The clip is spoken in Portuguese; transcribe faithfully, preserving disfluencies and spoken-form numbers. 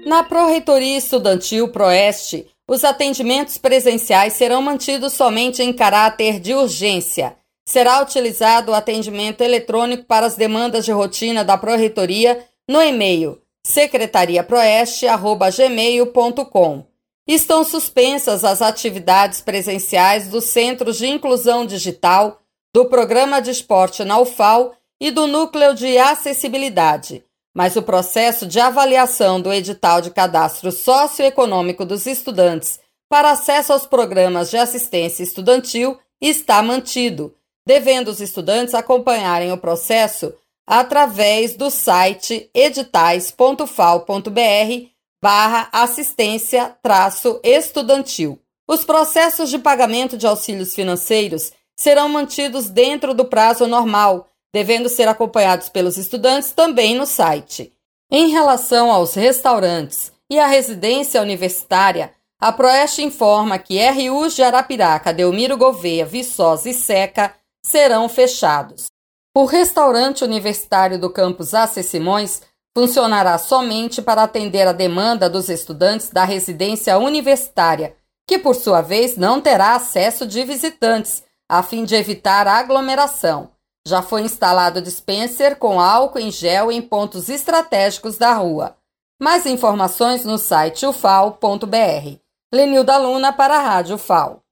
Na Pró-Reitoria Estudantil Proeste, os atendimentos presenciais serão mantidos somente em caráter de urgência. Será utilizado o atendimento eletrônico para as demandas de rotina da Pró-Reitoria no e-mail secretariaproeste arroba gmail ponto com. Estão suspensas as atividades presenciais dos Centros de Inclusão Digital, do Programa de Esporte na U F A L e do Núcleo de Acessibilidade, mas o processo de avaliação do edital de cadastro socioeconômico dos estudantes para acesso aos programas de assistência estudantil está mantido, devendo os estudantes acompanharem o processo através do site editais ponto fal ponto br barra assistência traço estudantil. Os processos de pagamento de auxílios financeiros serão mantidos dentro do prazo normal, devendo ser acompanhados pelos estudantes também no site. Em relação aos restaurantes e à residência universitária, a Proeste informa que R Us de Arapiraca, Delmiro Gouveia, Viçosa e Seca serão fechados. O restaurante universitário do campus A C Simões funcionará somente para atender a demanda dos estudantes da residência universitária, que por sua vez não terá acesso de visitantes, a fim de evitar a aglomeração. Já foi instalado dispenser com álcool em gel em pontos estratégicos da rua. Mais informações no site u f a l ponto b r. Lenilda Luna para a Rádio U F A L.